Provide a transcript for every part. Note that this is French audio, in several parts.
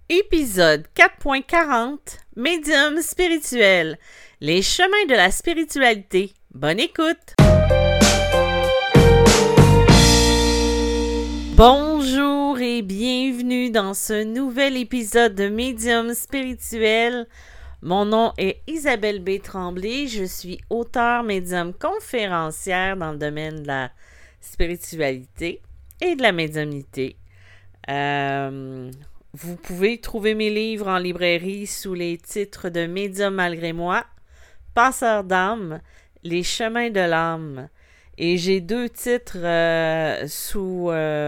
Épisode 4.40 Médium spirituel. Les chemins de la spiritualité. Bonne écoute! Bonjour et bienvenue dans ce nouvel épisode de Médium spirituel. Mon nom est Isabelle B. Tremblay. Je suis auteure, médium, conférencière dans le domaine de la spiritualité et de la médiumnité. Vous pouvez trouver mes livres en librairie sous les titres de Médium malgré moi, Passeur d'âme, Les chemins de l'âme. Et j'ai deux titres sous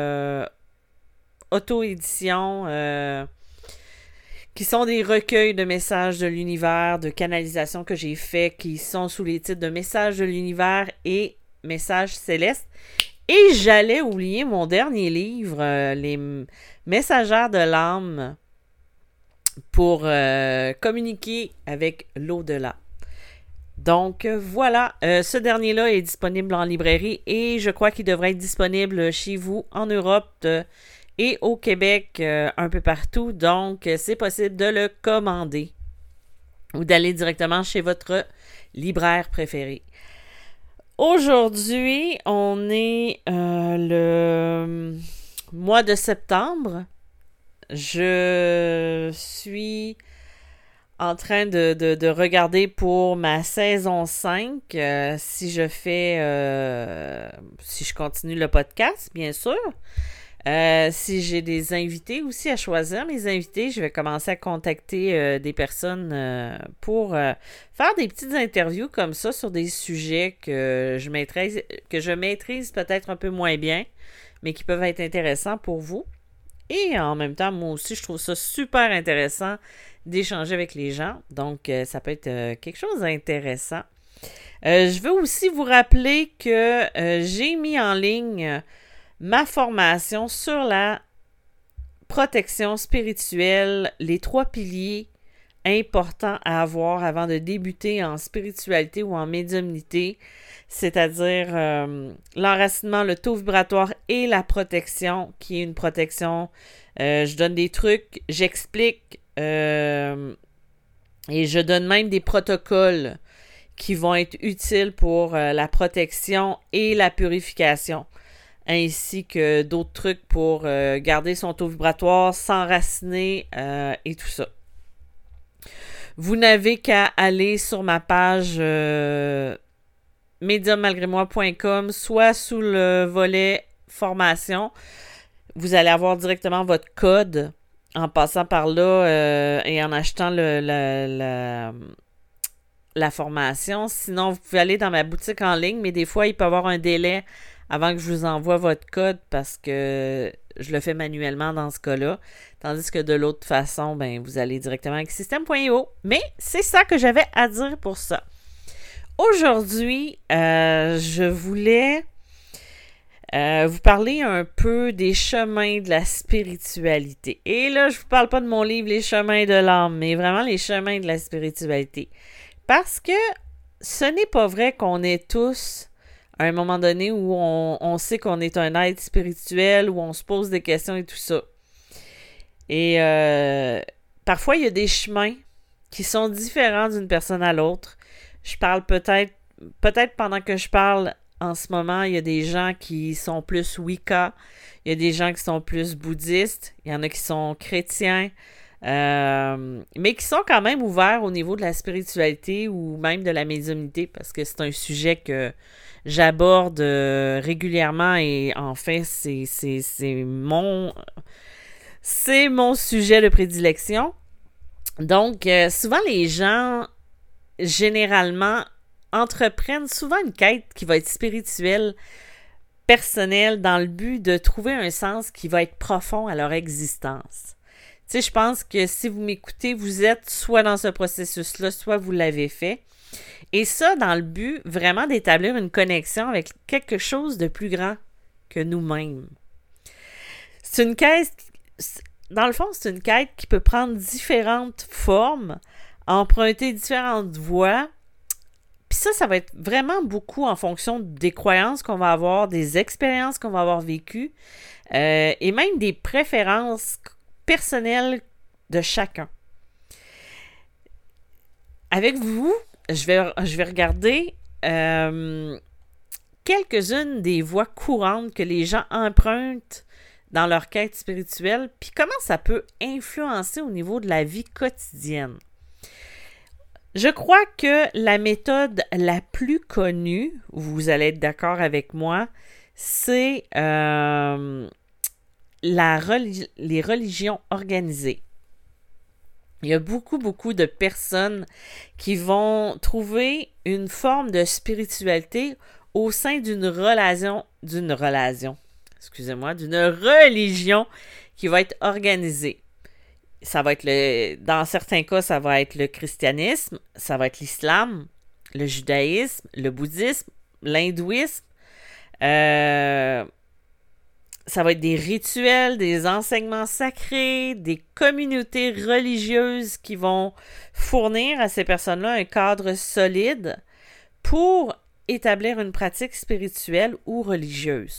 auto-édition qui sont des recueils de messages de l'univers, de canalisation que j'ai fait, qui sont sous les titres de Messages de l'univers et Messages célestes. Et j'allais oublier mon dernier livre, Les messagères de l'âme, pour communiquer avec l'au-delà. Donc voilà, ce dernier-là est disponible en librairie et je crois qu'il devrait être disponible chez vous en Europe et au Québec, un peu partout. Donc c'est possible de le commander ou d'aller directement chez votre libraire préféré. Aujourd'hui, on est le mois de septembre. Je suis en train de regarder pour ma saison 5, si je continue le podcast, bien sûr. Si j'ai des invités aussi à choisir, mes invités, je vais commencer à contacter des personnes pour faire des petites interviews comme ça sur des sujets que je maîtrise peut-être un peu moins bien, mais qui peuvent être intéressants pour vous. Et en même temps, moi aussi, je trouve ça super intéressant d'échanger avec les gens. Donc, ça peut être quelque chose d'intéressant. Je veux aussi vous rappeler que j'ai mis en ligne ma formation sur la protection spirituelle, les 3 piliers importants à avoir avant de débuter en spiritualité ou en médiumnité, c'est-à-dire l'enracinement, le taux vibratoire et la protection, qui est une protection. Je donne des trucs, j'explique et je donne même des protocoles qui vont être utiles pour la protection et la purification, ainsi que d'autres trucs pour garder son taux vibratoire, s'enraciner et tout ça. Vous n'avez qu'à aller sur ma page mediummalgrémoi.com, soit sous le volet formation. Vous allez avoir directement votre code en passant par là et en achetant la formation. Sinon, vous pouvez aller dans ma boutique en ligne, mais des fois, il peut y avoir un délai avant que je vous envoie votre code parce que je le fais manuellement dans ce cas-là. Tandis que de l'autre façon, vous allez directement avec système.io. Mais c'est ça que j'avais à dire pour ça. Aujourd'hui, je voulais vous parler un peu des chemins de la spiritualité. Et là, je vous parle pas de mon livre Les chemins de l'âme, mais vraiment les chemins de la spiritualité. Parce que ce n'est pas vrai qu'on est tous à un moment donné où on sait qu'on est un être spirituel, où on se pose des questions et tout ça. Et parfois, il y a des chemins qui sont différents d'une personne à l'autre. Je parle peut-être pendant que je parle en ce moment, il y a des gens qui sont plus Wicca, il y a des gens qui sont plus bouddhistes, il y en a qui sont chrétiens, mais qui sont quand même ouverts au niveau de la spiritualité ou même de la médiumnité, parce que c'est un sujet que j'aborde régulièrement et en fait, c'est mon sujet de prédilection. Donc, souvent les gens, généralement, entreprennent souvent une quête qui va être spirituelle, personnelle, dans le but de trouver un sens qui va être profond à leur existence. Tu sais, je pense que si vous m'écoutez, vous êtes soit dans ce processus-là, soit vous l'avez fait. Et ça, dans le but vraiment d'établir une connexion avec quelque chose de plus grand que nous-mêmes. C'est une quête, dans le fond, c'est une quête qui peut prendre différentes formes, emprunter différentes voies. Puis ça va être vraiment beaucoup en fonction des croyances qu'on va avoir, des expériences qu'on va avoir vécues et même des préférences personnelles de chacun. Avec vous, je vais regarder quelques-unes des voies courantes que les gens empruntent dans leur quête spirituelle, puis comment ça peut influencer au niveau de la vie quotidienne. Je crois que la méthode la plus connue, vous allez être d'accord avec moi, c'est les religions organisées. Il y a beaucoup de personnes qui vont trouver une forme de spiritualité au sein d'une religion qui va être organisée. Ça va être dans certains cas, ça va être le christianisme, ça va être l'islam, le judaïsme, le bouddhisme, l'hindouisme. Ça va être des rituels, des enseignements sacrés, des communautés religieuses qui vont fournir à ces personnes-là un cadre solide pour établir une pratique spirituelle ou religieuse.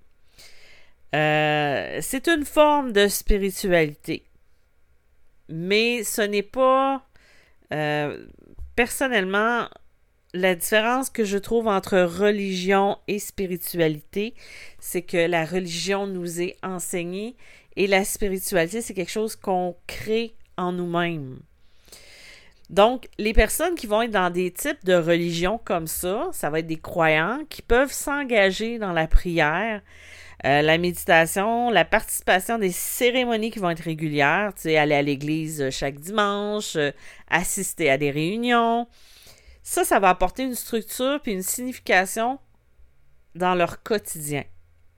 C'est une forme de spiritualité, mais ce n'est pas personnellement la différence que je trouve entre religion et spiritualité, c'est que la religion nous est enseignée et la spiritualité, c'est quelque chose qu'on crée en nous-mêmes. Donc, les personnes qui vont être dans des types de religions comme ça va être des croyants qui peuvent s'engager dans la prière, la méditation, la participation des cérémonies qui vont être régulières, tu sais, aller à l'église chaque dimanche, assister à des réunions. Ça va apporter une structure puis une signification dans leur quotidien.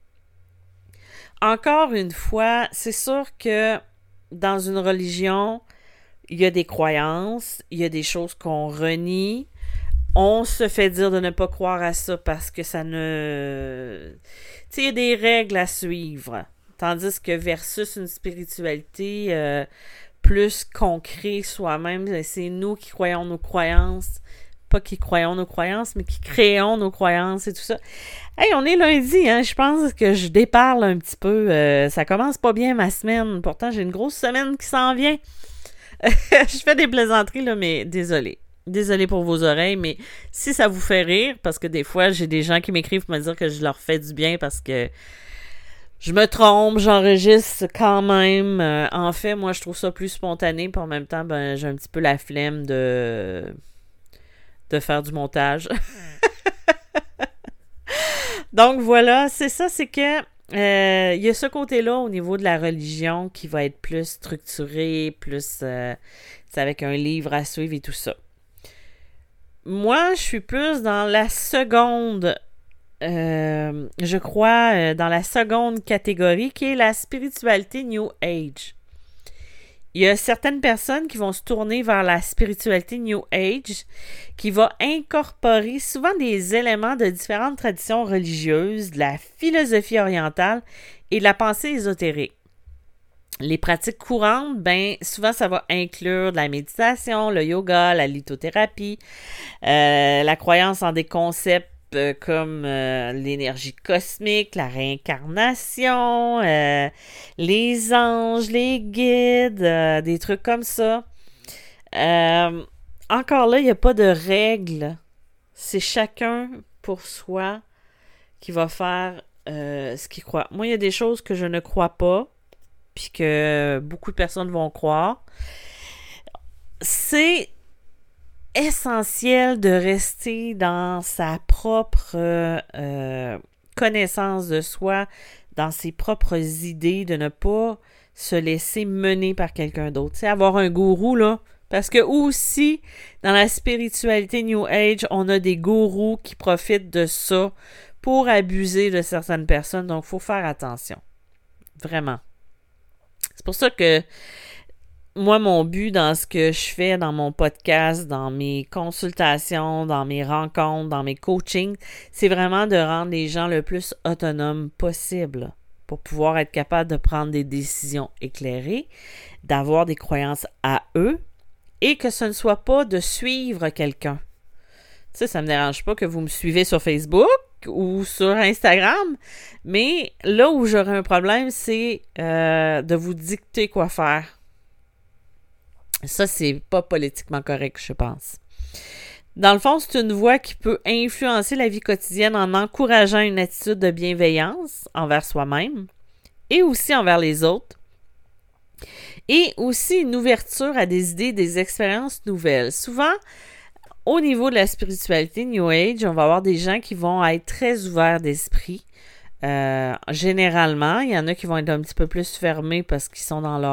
Encore une fois, c'est sûr que dans une religion, il y a des croyances, il y a des choses qu'on renie. On se fait dire de ne pas croire à ça parce que ça ne... Tu sais, il y a des règles à suivre. Tandis que versus une spiritualité plus concrète soi-même, c'est nous qui croyons nos croyances. Pas qui croyons nos croyances, mais qui créons nos croyances et tout ça. Hey, on est lundi, hein? Je pense que je déparle un petit peu. Ça commence pas bien ma semaine. Pourtant, j'ai une grosse semaine qui s'en vient. Je fais des plaisanteries, là, mais désolé. Désolé pour vos oreilles, mais si ça vous fait rire, parce que des fois, j'ai des gens qui m'écrivent pour me dire que je leur fais du bien parce que je me trompe, j'enregistre quand même. En fait, moi, je trouve ça plus spontané, puis en même temps, j'ai un petit peu la flemme de faire du montage. Donc voilà, c'est ça, c'est que il y a ce côté-là au niveau de la religion qui va être plus structuré, plus avec un livre à suivre et tout ça. Moi, je suis plus dans la seconde, je crois, dans la seconde catégorie qui est la spiritualité New Age. Il y a certaines personnes qui vont se tourner vers la spiritualité New Age qui va incorporer souvent des éléments de différentes traditions religieuses, de la philosophie orientale et de la pensée ésotérique. Les pratiques courantes, souvent ça va inclure de la méditation, le yoga, la lithothérapie, la croyance en des concepts comme l'énergie cosmique, la réincarnation, les anges, les guides, des trucs comme ça. Encore là, il n'y a pas de règles. C'est chacun pour soi qui va faire ce qu'il croit. Moi, il y a des choses que je ne crois pas, puis que beaucoup de personnes vont croire. C'est essentiel de rester dans sa propre connaissance de soi, dans ses propres idées, de ne pas se laisser mener par quelqu'un d'autre. Tu sais, avoir un gourou, là, parce que aussi, dans la spiritualité New Age, on a des gourous qui profitent de ça pour abuser de certaines personnes, donc il faut faire attention. Vraiment. C'est pour ça que moi, mon but dans ce que je fais dans mon podcast, dans mes consultations, dans mes rencontres, dans mes coachings, c'est vraiment de rendre les gens le plus autonomes possible pour pouvoir être capable de prendre des décisions éclairées, d'avoir des croyances à eux et que ce ne soit pas de suivre quelqu'un. Tu sais, ça me dérange pas que vous me suivez sur Facebook ou sur Instagram, mais là où j'aurais un problème, c'est de vous dicter quoi faire. Ça, c'est pas politiquement correct, je pense. Dans le fond, c'est une voix qui peut influencer la vie quotidienne en encourageant une attitude de bienveillance envers soi-même et aussi envers les autres. Et aussi une ouverture à des idées, des expériences nouvelles. Souvent, au niveau de la spiritualité New Age, on va avoir des gens qui vont être très ouverts d'esprit. Généralement, il y en a qui vont être un petit peu plus fermés parce qu'ils sont dans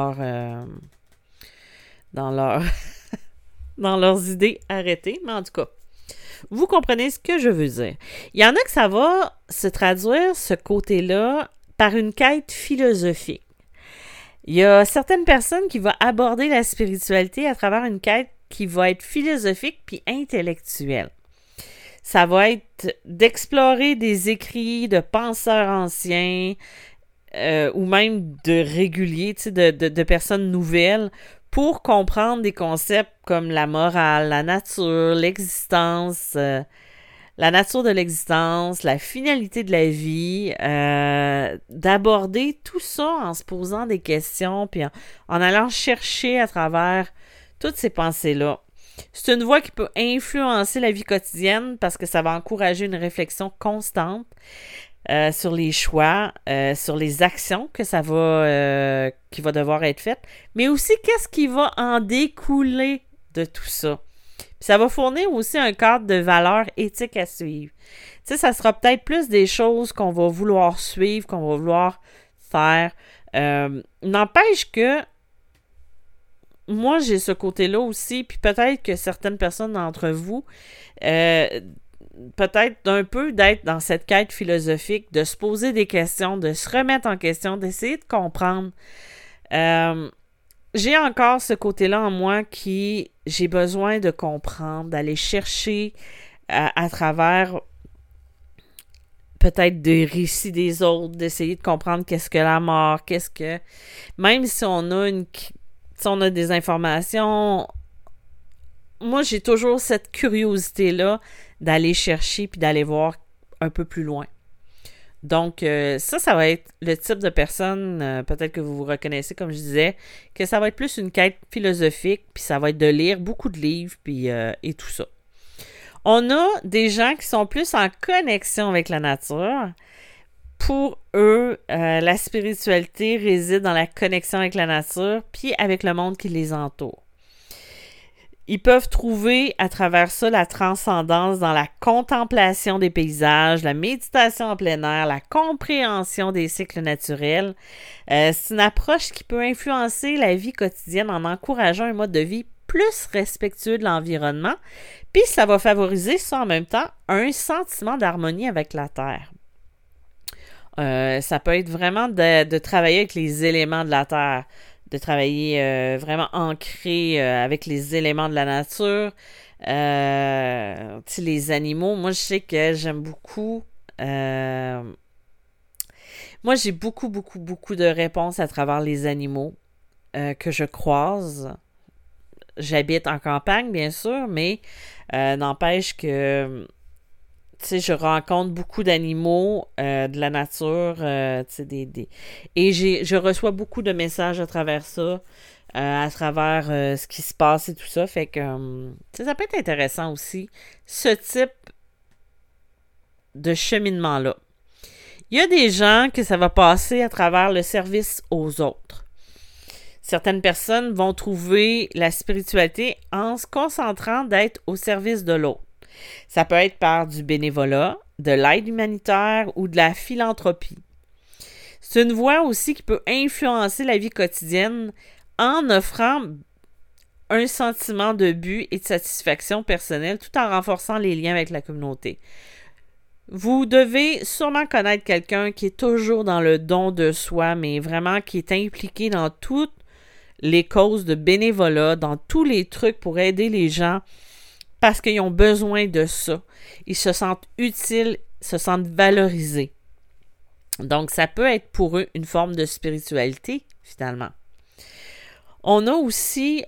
dans leurs idées arrêtées. Mais en tout cas, vous comprenez ce que je veux dire. Il y en a que ça va se traduire, ce côté-là, par une quête philosophique. Il y a certaines personnes qui vont aborder la spiritualité à travers une quête qui va être philosophique puis intellectuelle. Ça va être d'explorer des écrits de penseurs anciens ou même de réguliers, tu sais, de personnes nouvelles pour comprendre des concepts comme la morale, la nature, l'existence, la nature de l'existence, la finalité de la vie, d'aborder tout ça en se posant des questions puis en allant chercher à travers toutes ces pensées-là. C'est une voie qui peut influencer la vie quotidienne parce que ça va encourager une réflexion constante sur les choix, sur les actions que ça va qui va devoir être faites, mais aussi qu'est-ce qui va en découler de tout ça. Puis ça va fournir aussi un cadre de valeurs éthiques à suivre. Tu sais, ça sera peut-être plus des choses qu'on va vouloir suivre, qu'on va vouloir faire. N'empêche que moi, j'ai ce côté-là aussi, puis peut-être que certaines personnes d'entre vous, peut-être un peu d'être dans cette quête philosophique, de se poser des questions, de se remettre en question, d'essayer de comprendre. J'ai encore ce côté-là en moi qui, j'ai besoin de comprendre, d'aller chercher à travers peut-être des récits des autres, d'essayer de comprendre qu'est-ce que la mort, même si on a des informations, moi j'ai toujours cette curiosité-là d'aller chercher puis d'aller voir un peu plus loin. Donc, ça va être le type de personne, peut-être que vous vous reconnaissez, comme je disais, que ça va être plus une quête philosophique, puis ça va être de lire beaucoup de livres, puis et tout ça. On a des gens qui sont plus en connexion avec la nature. Pour eux, la spiritualité réside dans la connexion avec la nature, puis avec le monde qui les entoure. Ils peuvent trouver à travers ça la transcendance dans la contemplation des paysages, la méditation en plein air, la compréhension des cycles naturels. C'est une approche qui peut influencer la vie quotidienne en encourageant un mode de vie plus respectueux de l'environnement, puis ça va favoriser ça en même temps un sentiment d'harmonie avec la Terre. Ça peut être vraiment de travailler avec les éléments de la Terre, de travailler vraiment ancré avec les éléments de la nature. Les animaux, moi je sais que j'aime beaucoup. Moi j'ai beaucoup de réponses à travers les animaux que je croise. J'habite en campagne, bien sûr, mais n'empêche que je rencontre beaucoup d'animaux de la nature, et je reçois beaucoup de messages à travers ça, à travers ce qui se passe et tout ça. Fait que ça peut être intéressant aussi, ce type de cheminement-là. Il y a des gens que ça va passer à travers le service aux autres. Certaines personnes vont trouver la spiritualité en se concentrant d'être au service de l'autre. Ça peut être par du bénévolat, de l'aide humanitaire ou de la philanthropie. C'est une voie aussi qui peut influencer la vie quotidienne en offrant un sentiment de but et de satisfaction personnelle tout en renforçant les liens avec la communauté. Vous devez sûrement connaître quelqu'un qui est toujours dans le don de soi, mais vraiment qui est impliqué dans toutes les causes de bénévolat, dans tous les trucs pour aider les gens parce qu'ils ont besoin de ça. Ils se sentent utiles, se sentent valorisés. Donc, ça peut être pour eux une forme de spiritualité, finalement. On a aussi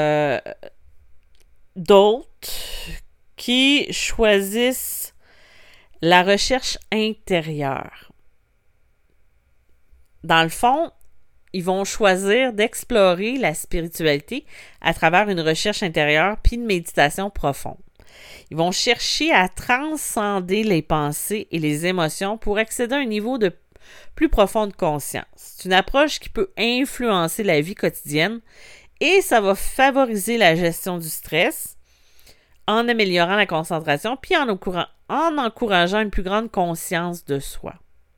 d'autres qui choisissent la recherche intérieure. Dans le fond, ils vont choisir d'explorer la spiritualité à travers une recherche intérieure puis une méditation profonde. Ils vont chercher à transcender les pensées et les émotions pour accéder à un niveau de plus profond de conscience. C'est une approche qui peut influencer la vie quotidienne et ça va favoriser la gestion du stress en améliorant la concentration puis en encourageant une plus grande conscience de soi.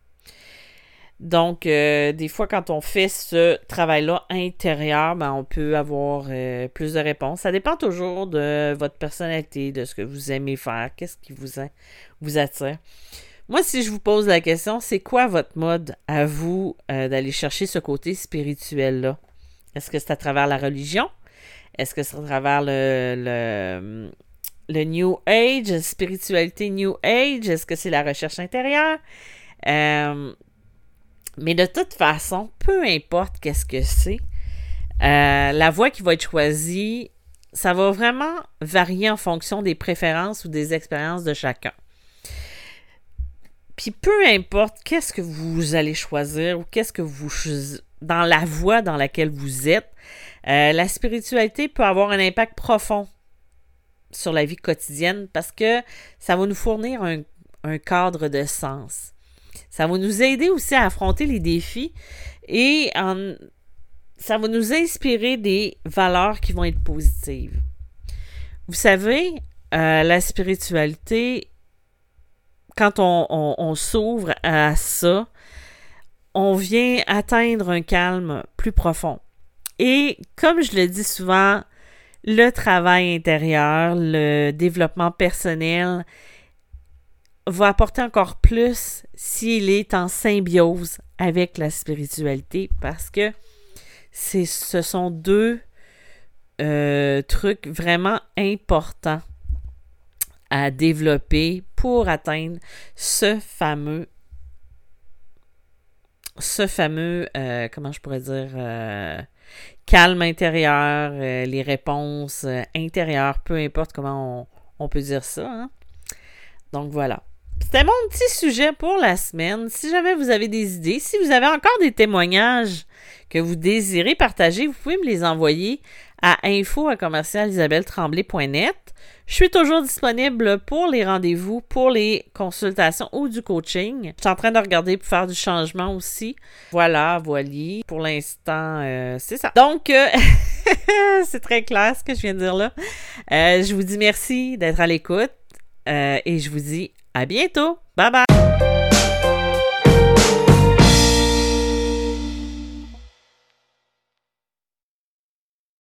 Donc, des fois, quand on fait ce travail-là intérieur, on peut avoir plus de réponses. Ça dépend toujours de votre personnalité, de ce que vous aimez faire, qu'est-ce qui vous attire. Moi, si je vous pose la question, c'est quoi votre mode à vous d'aller chercher ce côté spirituel-là? Est-ce que c'est à travers la religion? Est-ce que c'est à travers le New Age, spiritualité New Age? Est-ce que c'est la recherche intérieure? Mais de toute façon, peu importe qu'est-ce que c'est, la voie qui va être choisie, ça va vraiment varier en fonction des préférences ou des expériences de chacun. Puis peu importe qu'est-ce que vous allez choisir ou qu'est-ce que vous dans la voie dans laquelle vous êtes, la spiritualité peut avoir un impact profond sur la vie quotidienne parce que ça va nous fournir un cadre de sens. Ça va nous aider aussi à affronter les défis et ça va nous inspirer des valeurs qui vont être positives. Vous savez, la spiritualité, quand on s'ouvre à ça, on vient atteindre un calme plus profond. Et comme je le dis souvent, le travail intérieur, le développement personnel va apporter encore plus s'il est en symbiose avec la spiritualité parce que ce sont deux trucs vraiment importants à développer pour atteindre ce fameux comment je pourrais dire, calme intérieur, les réponses intérieures, peu importe comment on peut dire ça. Hein? Donc voilà. C'était mon petit sujet pour la semaine. Si jamais vous avez des idées, si vous avez encore des témoignages que vous désirez partager, vous pouvez me les envoyer à info@isabelletremblay.net. Je suis toujours disponible pour les rendez-vous, pour les consultations ou du coaching. Je suis en train de regarder pour faire du changement aussi. Voilà. Pour l'instant, c'est ça. Donc, c'est très clair ce que je viens de dire là. Je vous dis merci d'être à l'écoute et je vous dis à bientôt. Bye bye!